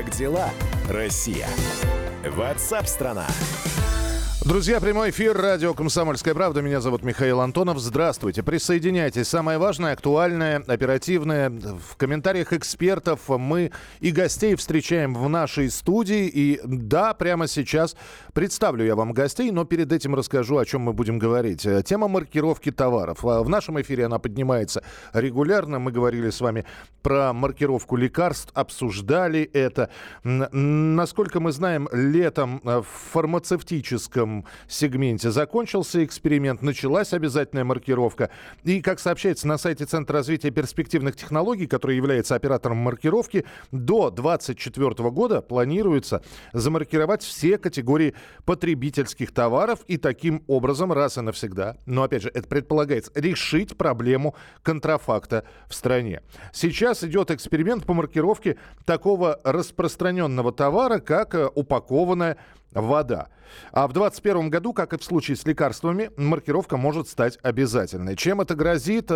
Как дела, Россия? WhatsApp-страна. Друзья, прямой эфир, радио «Комсомольская правда». Меня зовут Михаил Антонов. Здравствуйте. Присоединяйтесь. Самое важное, актуальное, оперативное. В комментариях экспертов мы и гостей встречаем в нашей студии. И да, прямо сейчас представлю я вам гостей, но перед этим расскажу, о чем мы будем говорить. Тема маркировки товаров. В нашем эфире она поднимается регулярно. Мы говорили с вами про маркировку лекарств, обсуждали это. Насколько мы знаем, летом в фармацевтическом сегменте закончился эксперимент, началась обязательная маркировка. И, как сообщается на сайте Центра развития перспективных технологий, который является оператором маркировки, до 2024 года планируется замаркировать все категории потребительских товаров и таким образом раз и навсегда, но опять же, это предполагается, решить проблему контрафакта в стране. Сейчас идет эксперимент по маркировке такого распространенного товара, как упакованная вода. А в 2021 году, как и в случае с лекарствами, маркировка может стать обязательной. Чем это грозит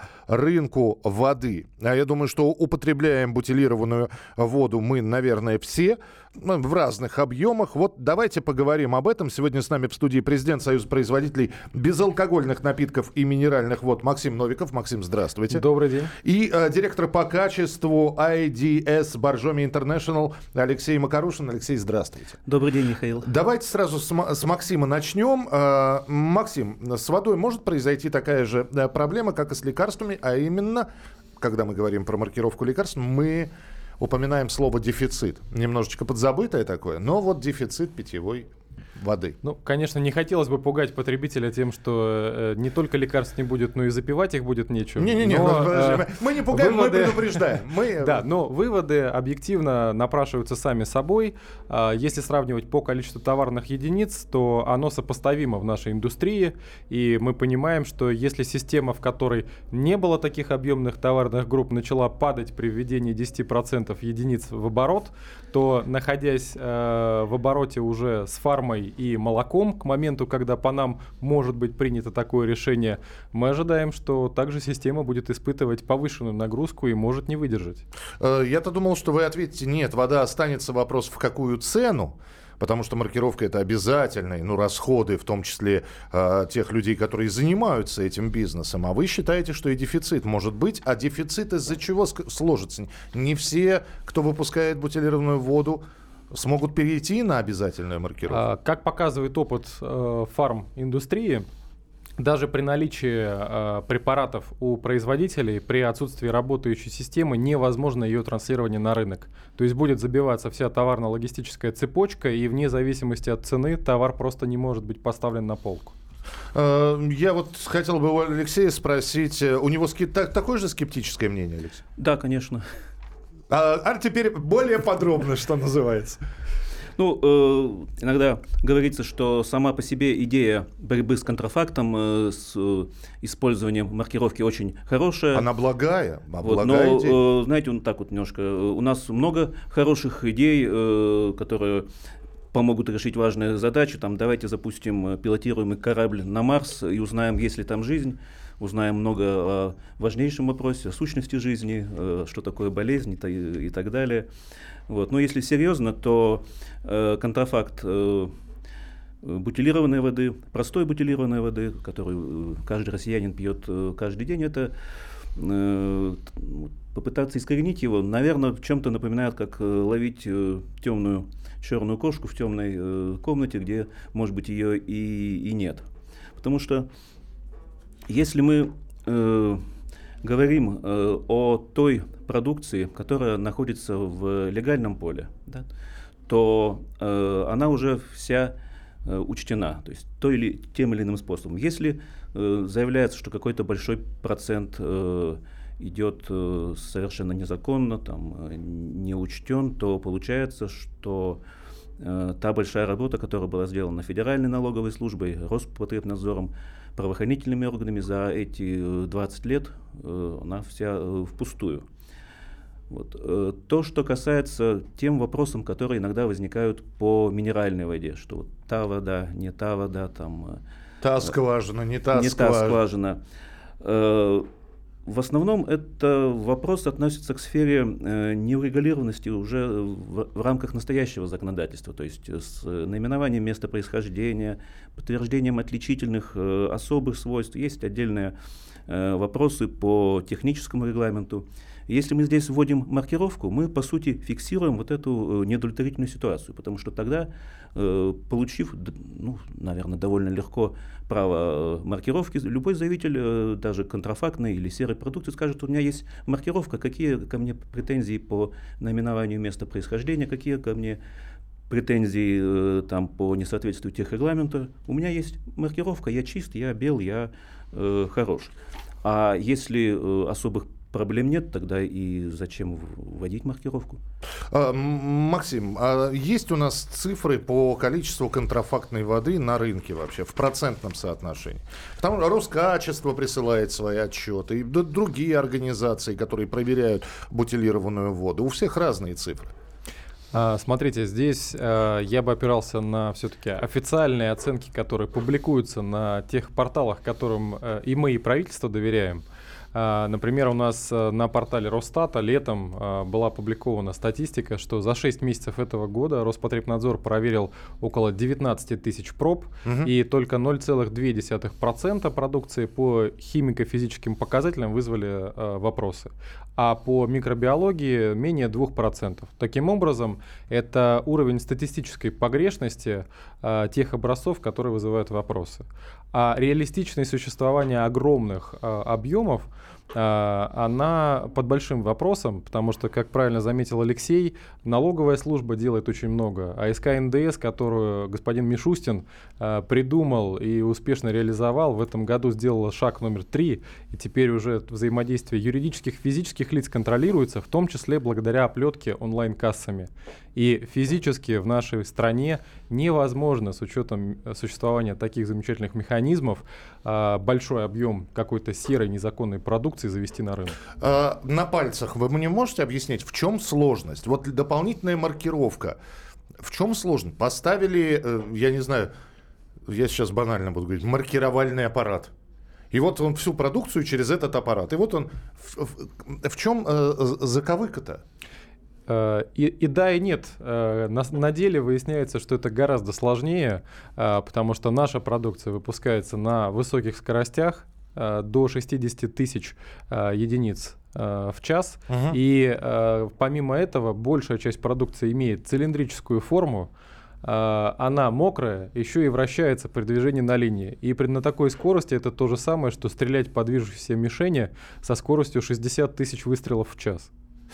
рынку воды? Я думаю, что употребляем бутилированную воду мы, наверное, все в разных объемах. Вот давайте поговорим об этом. Сегодня с нами в студии президент Союза производителей безалкогольных напитков и минеральных вод Максим Новиков. Максим, здравствуйте. Добрый день. И директор по качеству IDS Боржоми International Алексей Макарушин. Алексей, здравствуйте. Добрый день, Михаил. Давайте сразу с Максима начнем. Максим, с водой может произойти такая же проблема, как и с лекарствами, а именно, когда мы говорим про маркировку лекарств, мы упоминаем слово «дефицит». Немножечко подзабытое такое, но вот дефицит питьевой воды. Ну, конечно, не хотелось бы пугать потребителя тем, что не только лекарств не будет, но и запивать их будет нечем. Не-не-не, мы не пугаем, мы предупреждаем. Да, но выводы объективно напрашиваются сами собой. Если сравнивать по количеству товарных единиц, то оно сопоставимо в нашей индустрии, и мы понимаем, что если система, в которой не было таких объемных товарных групп, начала падать при введении 10% единиц в оборот, то, находясь в обороте уже с фармой и молоком, к моменту, когда по нам может быть принято такое решение, мы ожидаем, что также система будет испытывать повышенную нагрузку и может не выдержать. Я-то думал, что вы ответите, нет, вода останется, вопрос в какую цену, потому что маркировка это обязательные, расходы, в том числе тех людей, которые занимаются этим бизнесом. А вы считаете, что и дефицит может быть, а дефицит из-за чего сложится? Не все, кто выпускает бутилированную воду, смогут перейти на обязательную маркировку? Как показывает опыт фарм-индустрии, даже при наличии препаратов у производителей, при отсутствии работающей системы, невозможно ее транслирование на рынок. То есть будет забиваться вся товарно-логистическая цепочка, и вне зависимости от цены товар просто не может быть поставлен на полку. Я вот хотел бы у Алексея спросить, у него такое же скептическое мнение, Алексей? Да, конечно. А теперь более подробно, что называется. Иногда говорится, что сама по себе идея борьбы с контрафактом, с использованием маркировки очень хорошая. Она благая, но, идея. Знаете, так вот немножко, у нас много хороших идей, которые помогут решить важные задачи. Давайте запустим пилотируемый корабль на Марс и узнаем, есть ли там жизнь. Узнаем много о важнейшем вопросе, о сущности жизни, что такое болезнь и так далее. Но если серьезно, то контрафакт бутилированной воды, простой бутилированной воды, которую каждый россиянин пьет каждый день, это попытаться искоренить его, наверное, в чем-то напоминает, как ловить темную черную кошку в темной комнате, где, может быть, ее и нет. Потому что если мы говорим о той продукции, которая находится в легальном поле, да, то она уже вся учтена, то есть тем или иным способом. Если заявляется, что какой-то большой процент идет совершенно незаконно, не учтен, то получается, что та большая работа, которая была сделана Федеральной налоговой службой, Роспотребнадзором, правоохранительными органами за эти 20 лет, она вся впустую. То, что касается тем вопросам, которые иногда возникают по минеральной воде, что та вода, не та вода, та скважина, не та скважина. В основном это вопрос относится к сфере неурегулированности уже в рамках настоящего законодательства, то есть с наименованием места происхождения, подтверждением отличительных особых свойств. Есть отдельные вопросы по техническому регламенту. Если мы здесь вводим маркировку, мы, по сути, фиксируем вот эту неудовлетворительную ситуацию, потому что тогда, получив, наверное, довольно легко право маркировки, любой заявитель, даже контрафактной или серой продукции, скажет: у меня есть маркировка, какие ко мне претензии по наименованию места происхождения, какие ко мне претензии там, по несоответствию техрегламента. У меня есть маркировка, я чист, я бел, я хорош. А если особых проблем нет, тогда и зачем вводить маркировку? Максим, а есть у нас цифры по количеству контрафактной воды на рынке вообще в процентном соотношении? Потому что Роскачество присылает свои отчеты, и другие организации, которые проверяют бутилированную воду. У всех разные цифры. Смотрите, здесь я бы опирался на все-таки официальные оценки, которые публикуются на тех порталах, которым и мы, и правительство доверяем. Например, у нас на портале Росстата летом была опубликована статистика, что за 6 месяцев этого года Роспотребнадзор проверил около 19 тысяч проб, и только 0,2% продукции по химико-физическим показателям вызвали вопросы, а по микробиологии менее 2%. Таким образом, это уровень статистической погрешности тех образцов, которые вызывают вопросы. А реалистичное существование огромных объемов, она под большим вопросом, потому что, как правильно заметил Алексей, налоговая служба делает очень много, а СК НДС, которую господин Мишустин придумал и успешно реализовал, в этом году сделала шаг номер 3, и теперь уже взаимодействие юридических и физических лиц контролируется, в том числе благодаря оплетке онлайн-кассами. И физически в нашей стране невозможно, с учетом существования таких замечательных механизмов, большой объем какой-то серой незаконной продукции завести на рынок. На пальцах вы мне можете объяснить, в чем сложность? Вот дополнительная маркировка. В чем сложность? Поставили, я не знаю, я сейчас банально буду говорить, маркировальный аппарат. И вот он всю продукцию через этот аппарат. И вот он... В чем заковыка-то? И да, и нет. На деле выясняется, что это гораздо сложнее, потому что наша продукция выпускается на высоких скоростях, до 60 тысяч единиц в час. И помимо этого, большая часть продукции имеет цилиндрическую форму, она мокрая, еще и вращается при движении на линии. И на такой скорости это то же самое, что стрелять по движущейся мишени со скоростью 60 тысяч выстрелов в час.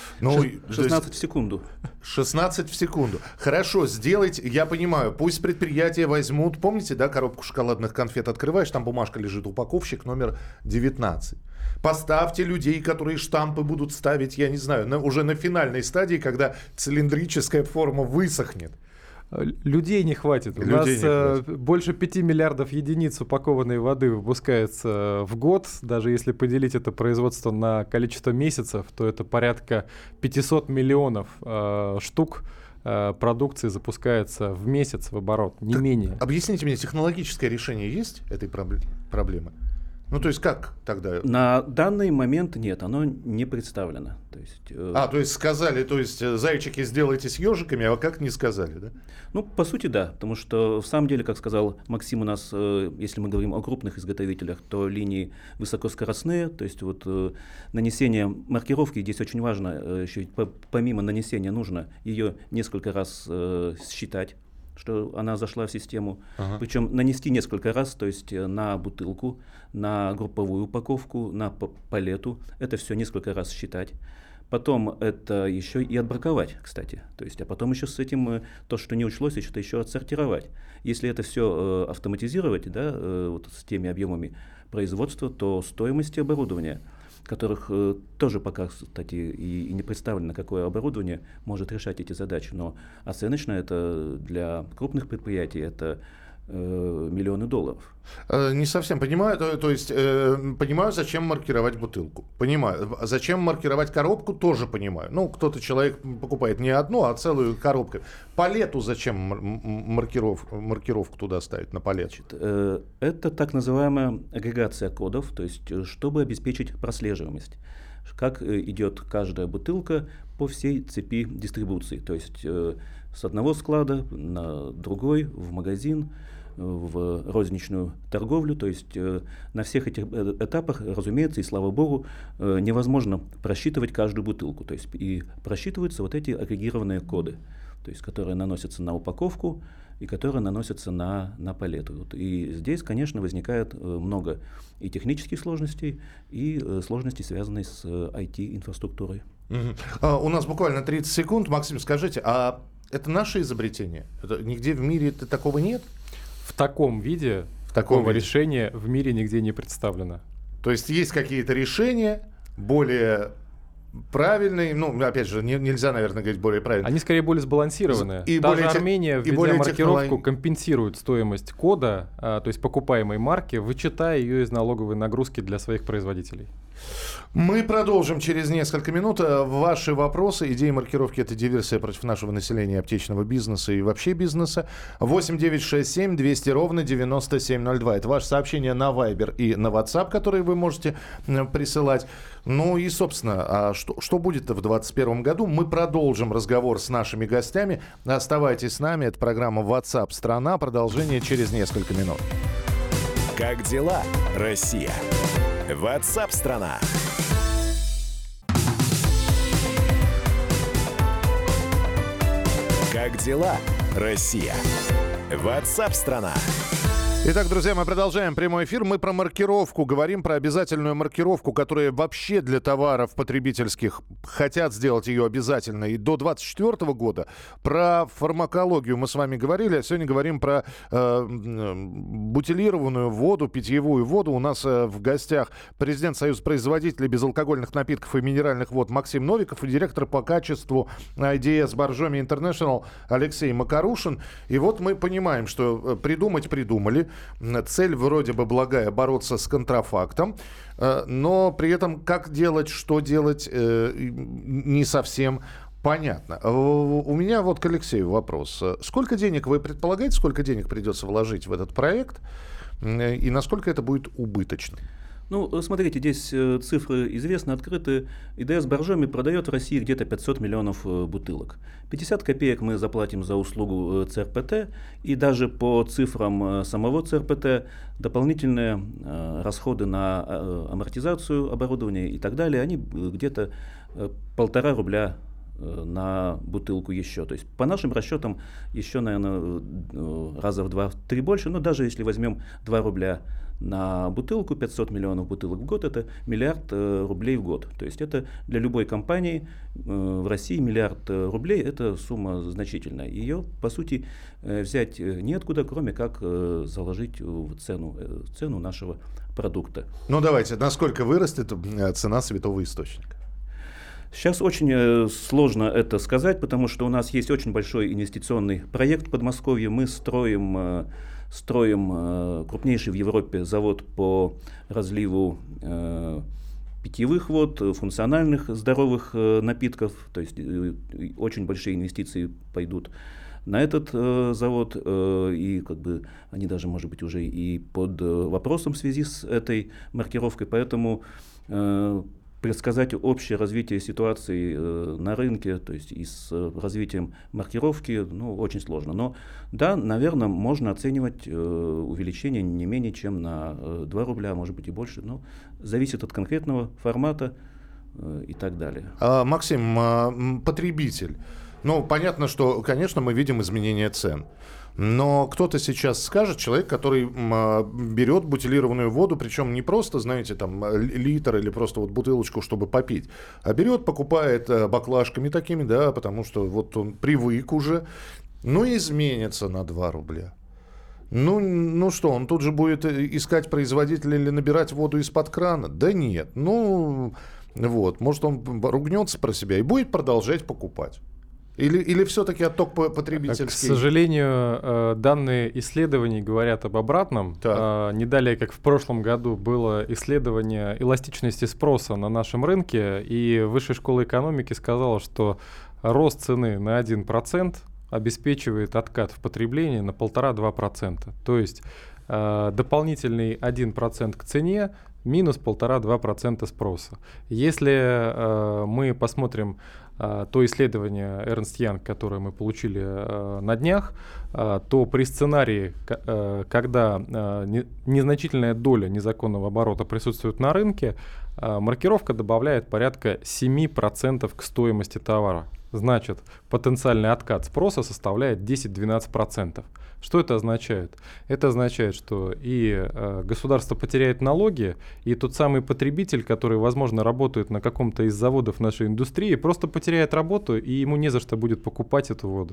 16 в секунду. 16 в секунду. Хорошо, сделайте, я понимаю, пусть предприятия возьмут, помните, да, коробку шоколадных конфет открываешь, там бумажка лежит, упаковщик номер 19. Поставьте людей, которые штампы будут ставить, я не знаю, уже на финальной стадии, когда цилиндрическая форма высохнет. Людей не хватит. У нас больше 5 миллиардов единиц упакованной воды выпускается в год. Даже если поделить это производство на количество месяцев, то это порядка 500 миллионов штук продукции запускается в месяц в оборот, не менее. Объясните мне, технологическое решение есть этой проблемы? Ну, то есть как тогда? На данный момент нет, оно не представлено. То есть сказали, зайчики сделайте с ежиками, а как не сказали, да? Ну, по сути, да, потому что в самом деле, как сказал Максим, у нас, если мы говорим о крупных изготовителях, то линии высокоскоростные, то есть вот нанесение маркировки здесь очень важно, еще помимо нанесения нужно ее несколько раз считать, что она зашла в систему. Причем нанести несколько раз, то есть на бутылку, на групповую упаковку, на палету. Это все несколько раз считать. Потом это еще и отбраковать, кстати. То есть, а потом еще с этим то, что не учлось, что-то еще отсортировать. Если это все автоматизировать, да, вот с теми объемами производства, то стоимости оборудования, которых тоже пока, кстати, и не представлено, какое оборудование может решать эти задачи. Но оценочно это для крупных предприятий это миллионы долларов. Не совсем понимаю. То есть понимаю, зачем маркировать бутылку. Понимаю. Зачем маркировать коробку, тоже понимаю. Ну, человек покупает не одну, а целую коробку. Палету зачем маркировку туда ставить, на палет? Это так называемая агрегация кодов, то есть чтобы обеспечить прослеживаемость. Как идет каждая бутылка по всей цепи дистрибуции. То есть с одного склада на другой, в магазин, в розничную торговлю. То есть на всех этих этапах, разумеется, и слава богу, невозможно просчитывать каждую бутылку. То есть и просчитываются вот эти агрегированные коды, то есть которые наносятся на упаковку и которые наносятся на палету. И здесь, конечно, возникает много и технических сложностей, и сложностей, связанных с IT-инфраструктурой. У нас буквально 30 секунд. Максим, скажите, а это наше изобретение? Нигде в мире такого нет? В таком виде такого решения в мире нигде не представлено. То есть есть какие-то решения более правильные, ну, опять же, нельзя, наверное, говорить более правильные. Они скорее более сбалансированные. И Даже более Армения, введя маркировку, компенсирует стоимость кода, то есть покупаемой марки, вычитая ее из налоговой нагрузки для своих производителей. Мы продолжим через несколько минут. Ваши вопросы, идеи маркировки — это диверсия против нашего населения, аптечного бизнеса и вообще бизнеса. 8 9 6 7 200 ровно 9702. Это ваше сообщение на Viber и на WhatsApp, которые вы можете присылать. Ну и, собственно, а что будет в 2021 году? Мы продолжим разговор с нашими гостями. Оставайтесь с нами. Это программа WhatsApp страна. Продолжение через несколько минут. Как дела, Россия? WhatsApp страна. Как дела, Россия? WhatsApp страна. Итак, друзья, мы продолжаем прямой эфир. Мы про маркировку говорим, про обязательную маркировку, которая вообще для товаров потребительских хотят сделать ее обязательной и до 2024 года. Про фармакологию мы с вами говорили, а сегодня говорим про бутилированную воду, питьевую воду. У нас в гостях президент Союза производителей безалкогольных напитков и минеральных вод Максим Новиков и директор по качеству IDS Боржоми International Алексей Макарушин. И вот мы понимаем, что придумали. Цель вроде бы благая — бороться с контрафактом, но при этом как делать, что делать, не совсем понятно. У меня вот к Алексею вопрос. Сколько денег вы предполагаете, сколько денег придется вложить в этот проект и насколько это будет убыточно? Ну, смотрите, здесь цифры известны, открыты. IDS Боржоми продает в России где-то 500 миллионов бутылок. 50 копеек мы заплатим за услугу ЦРПТ, и даже по цифрам самого ЦРПТ дополнительные расходы на амортизацию оборудования и так далее, они где-то 1,5 рубля на бутылку еще. То есть по нашим расчетам еще, наверное, раза в 2-3 больше, но даже если возьмем 2 рубля на бутылку, 500 миллионов бутылок в год, это миллиард рублей в год. То есть это для любой компании в России миллиард рублей — это сумма значительная. Ее, по сути, взять неоткуда, кроме как заложить в цену нашего продукта. Ну давайте, насколько вырастет цена святого источника? Сейчас очень сложно это сказать, потому что у нас есть очень большой инвестиционный проект в Подмосковье. Мы строим крупнейший в Европе завод по разливу питьевых вод, функциональных здоровых напитков. То есть очень большие инвестиции пойдут на этот завод, и как бы они даже, может быть, уже и под вопросом в связи с этой маркировкой. Поэтому предсказать общее развитие ситуации на рынке, то есть и с развитием маркировки, очень сложно. Но да, наверное, можно оценивать увеличение не менее чем на 2 рубля, может быть и больше, но зависит от конкретного формата и так далее. Максим, потребитель. Понятно, что, конечно, мы видим изменение цен. Но кто-то сейчас скажет, человек, который берет бутилированную воду, причем не просто, знаете, там литр или просто вот бутылочку, чтобы попить, а берет, покупает баклажками такими, да, потому что вот он привык уже, изменится на 2 рубля. Что, он тут же будет искать производителя или набирать воду из-под крана? Да нет, может, он ругнется про себя и будет продолжать покупать. Или все-таки отток потребительский? К сожалению, данные исследований говорят об обратном. Не далее, как в прошлом году было исследование эластичности спроса на нашем рынке, и Высшая школа экономики сказала, что рост цены на 1% обеспечивает откат в потреблении на 1,5-2%. То есть дополнительный 1% к цене минус 1,5-2% спроса. Если мы посмотрим то исследование Ernst Young, которое мы получили на днях, то при сценарии, когда незначительная доля незаконного оборота присутствует на рынке, маркировка добавляет порядка 7% к стоимости товара. Значит, потенциальный откат спроса составляет 10-12%. Что это означает? Это означает, что и государство потеряет налоги, и тот самый потребитель, который, возможно, работает на каком-то из заводов нашей индустрии, просто потеряет работу, и ему не за что будет покупать эту воду.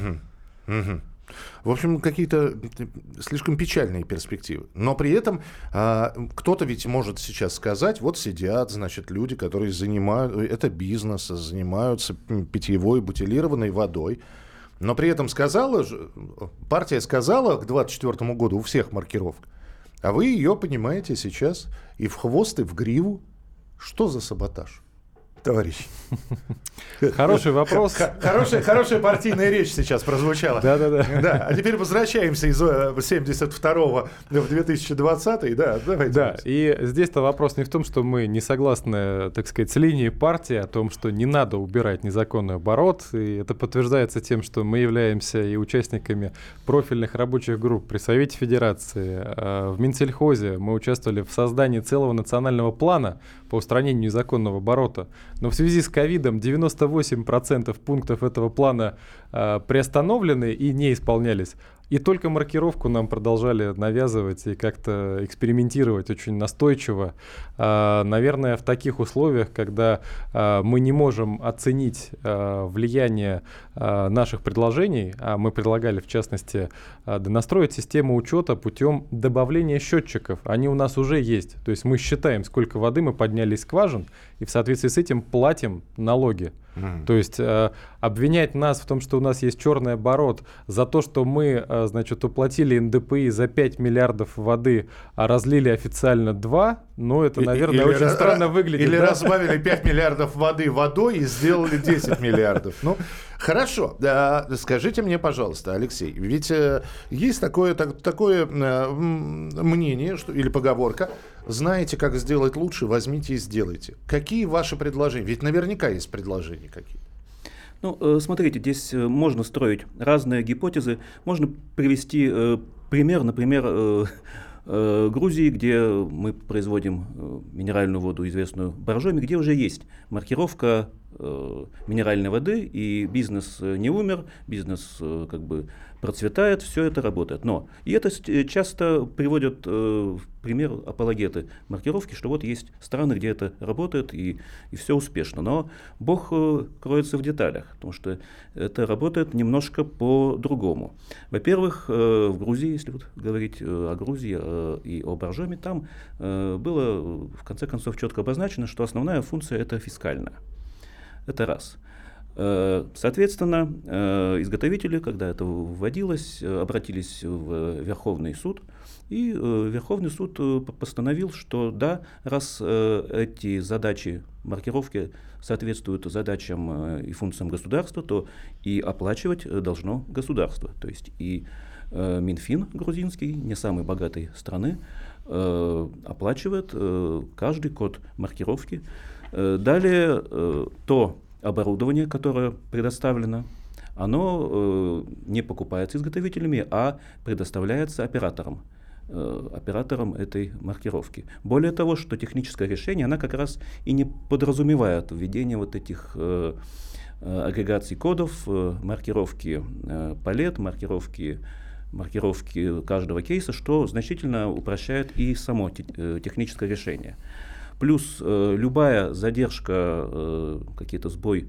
В общем, какие-то слишком печальные перспективы. Но при этом кто-то ведь может сейчас сказать, вот сидят, значит, люди, которые это бизнес, занимаются питьевой бутилированной водой. Но при этом партия сказала к 2024 году у всех маркировка, а вы ее понимаете сейчас и в хвост, и в гриву. Что за саботаж, товарищ? Хороший вопрос. Хорошая партийная речь сейчас прозвучала. Да. А теперь возвращаемся из 72-го в 2020-й. Давайте. Да, и здесь-то вопрос не в том, что мы не согласны, так сказать, с линией партии о том, что не надо убирать незаконный оборот. И это подтверждается тем, что мы являемся и участниками профильных рабочих групп при Совете Федерации. В Минсельхозе мы участвовали в создании целого национального плана по устранению незаконного оборота. Но в связи с ковидом 98% пунктов этого плана приостановлены и не исполнялись. И только маркировку нам продолжали навязывать и как-то экспериментировать очень настойчиво. Наверное, в таких условиях, когда мы не можем оценить влияние наших предложений, а мы предлагали, в частности, донастроить систему учета путем добавления счетчиков. Они у нас уже есть. То есть мы считаем, сколько воды мы подняли из скважин, и в соответствии с этим платим налоги. То есть обвинять нас в том, что у нас есть черный оборот, за то, что мы, значит, уплатили НДПИ за 5 миллиардов воды, а разлили официально 2, ну, это, наверное, очень странно выглядит. Или разбавили 5 миллиардов воды водой и сделали 10 миллиардов. Ну, хорошо. Скажите мне, пожалуйста, Алексей, ведь есть такое мнение, или поговорка: знаете, как сделать лучше, возьмите и сделайте. Какие ваши предложения? Ведь наверняка есть предложения какие-то. Ну, смотрите, здесь можно строить разные гипотезы. Можно привести пример, например, Грузии, где мы производим минеральную воду, известную Боржоми, где уже есть маркировка минеральной воды, и бизнес не умер, бизнес как бы процветает, все это работает. Но и это часто приводят в пример апологеты маркировки, что вот есть страны, где это работает и все успешно. Но Бог кроется в деталях, потому что это работает немножко по-другому. Во-первых, в Грузии, если вот говорить о Грузии и о Боржоми, там было в конце концов четко обозначено, что основная функция — это фискальная. Это раз. Соответственно, изготовители, когда это вводилось, обратились в Верховный суд, и Верховный суд постановил, что да, раз эти задачи маркировки соответствуют задачам и функциям государства, то и оплачивать должно государство. То есть и Минфин грузинский, не самой богатой страны, оплачивает каждый код маркировки. Далее, то оборудование, которое предоставлено, оно не покупается изготовителями, а предоставляется операторам этой маркировки. Более того, что техническое решение, она как раз и не подразумевает введение вот этих агрегаций кодов, маркировки палет, маркировки каждого кейса, что значительно упрощает и само техническое решение. Плюс любая задержка, какие-то сбой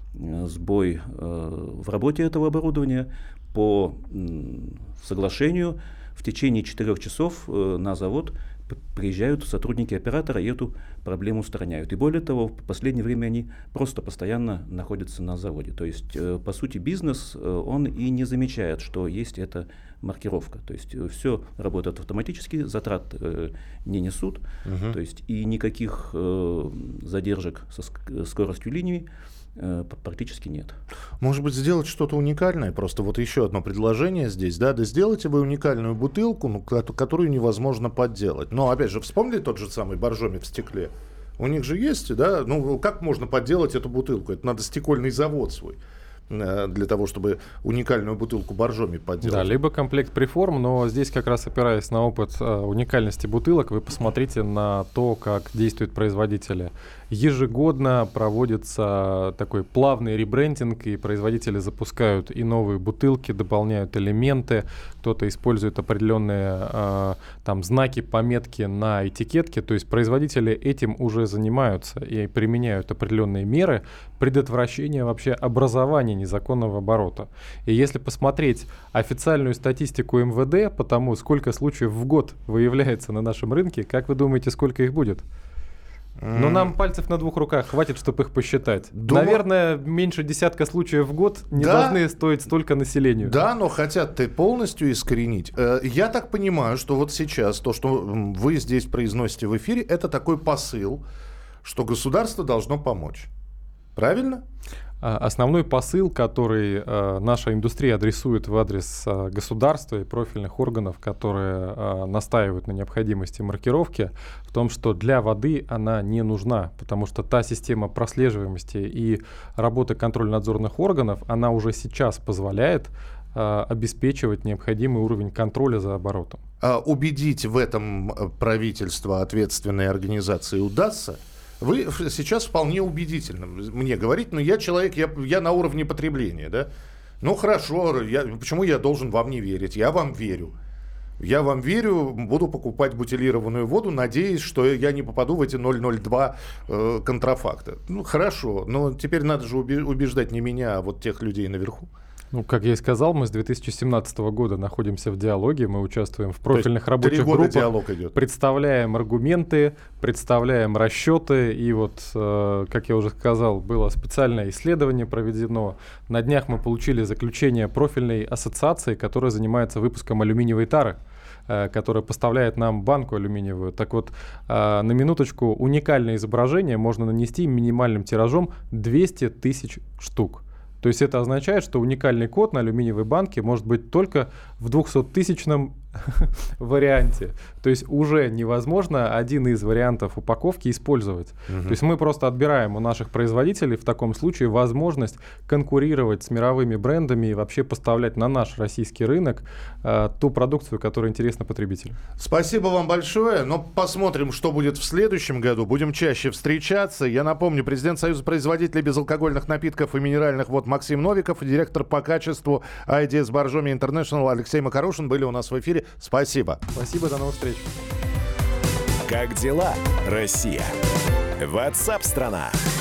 в работе этого оборудования по соглашению в течение 4 часов на завод приезжают сотрудники оператора и эту проблему устраняют. И более того, в последнее время они просто постоянно находятся на заводе. То есть, по сути, бизнес, он и не замечает, что есть эта маркировка. То есть все работает автоматически, затрат не несут, то есть и никаких задержек со скоростью линии практически нет. Может быть, сделать что-то уникальное? Просто вот еще одно предложение здесь, да сделайте вы уникальную бутылку, которую невозможно подделать. Но, опять же, вспомнили тот же самый боржоми в стекле? У них же есть, да? Как можно подделать эту бутылку? Это надо стекольный завод свой для того, чтобы уникальную бутылку боржоми подделать. Да, либо комплект преформ, но здесь как раз опираясь на опыт уникальности бутылок, вы посмотрите на то, как действуют производители. Ежегодно проводится такой плавный ребрендинг, и производители запускают и новые бутылки, дополняют элементы, кто-то использует определенные там знаки, пометки на этикетке, то есть производители этим уже занимаются и применяют определенные меры предотвращения вообще образования незаконного оборота. И если посмотреть официальную статистику МВД по тому, сколько случаев в год выявляется на нашем рынке, как вы думаете, сколько их будет? Но нам пальцев на двух руках хватит, чтобы их посчитать. Наверное, меньше десятка случаев в год не должны стоить столько населению. Да, но хотят полностью искоренить. Я так понимаю, что вот сейчас то, что вы здесь произносите в эфире, это такой посыл, что государство должно помочь. Правильно? Основной посыл, который наша индустрия адресует в адрес государства и профильных органов, которые настаивают на необходимости маркировки, в том, что для воды она не нужна, потому что та система прослеживаемости и работы контрольно-надзорных органов, она уже сейчас позволяет обеспечивать необходимый уровень контроля за оборотом. Убедить в этом правительство, ответственные организации удастся? Вы сейчас вполне убедительно мне говорите, но я человек, я на уровне потребления, да? Ну хорошо, почему я должен вам не верить? Я вам верю. Я вам верю, буду покупать бутилированную воду, надеясь, что я не попаду в эти 0,02 контрафакта. Ну хорошо, но теперь надо же убеждать не меня, а вот тех людей наверху. Ну, как я и сказал, мы с 2017 года находимся в диалоге, мы участвуем в профильных рабочих группах, представляем аргументы, представляем расчеты, и вот, как я уже сказал, было специальное исследование проведено. На днях мы получили заключение профильной ассоциации, которая занимается выпуском алюминиевой тары, которая поставляет нам банку алюминиевую. Так вот, на минуточку, уникальное изображение можно нанести минимальным тиражом 200 тысяч штук. То есть это означает, что уникальный код на алюминиевой банке может быть только в 200-тысячном варианте. То есть уже невозможно один из вариантов упаковки использовать. То есть мы просто отбираем у наших производителей в таком случае возможность конкурировать с мировыми брендами и вообще поставлять на наш российский рынок ту продукцию, которая интересна потребителю. Спасибо вам большое. Но посмотрим, что будет в следующем году. Будем чаще встречаться. Я напомню, президент Союза производителей безалкогольных напитков и минеральных вод Максим Новиков и директор по качеству IDS Боржоми International Алексей Макарушин были у нас в эфире. Спасибо. Спасибо, до новых встреч. Как дела, Россия? WhatsApp-страна.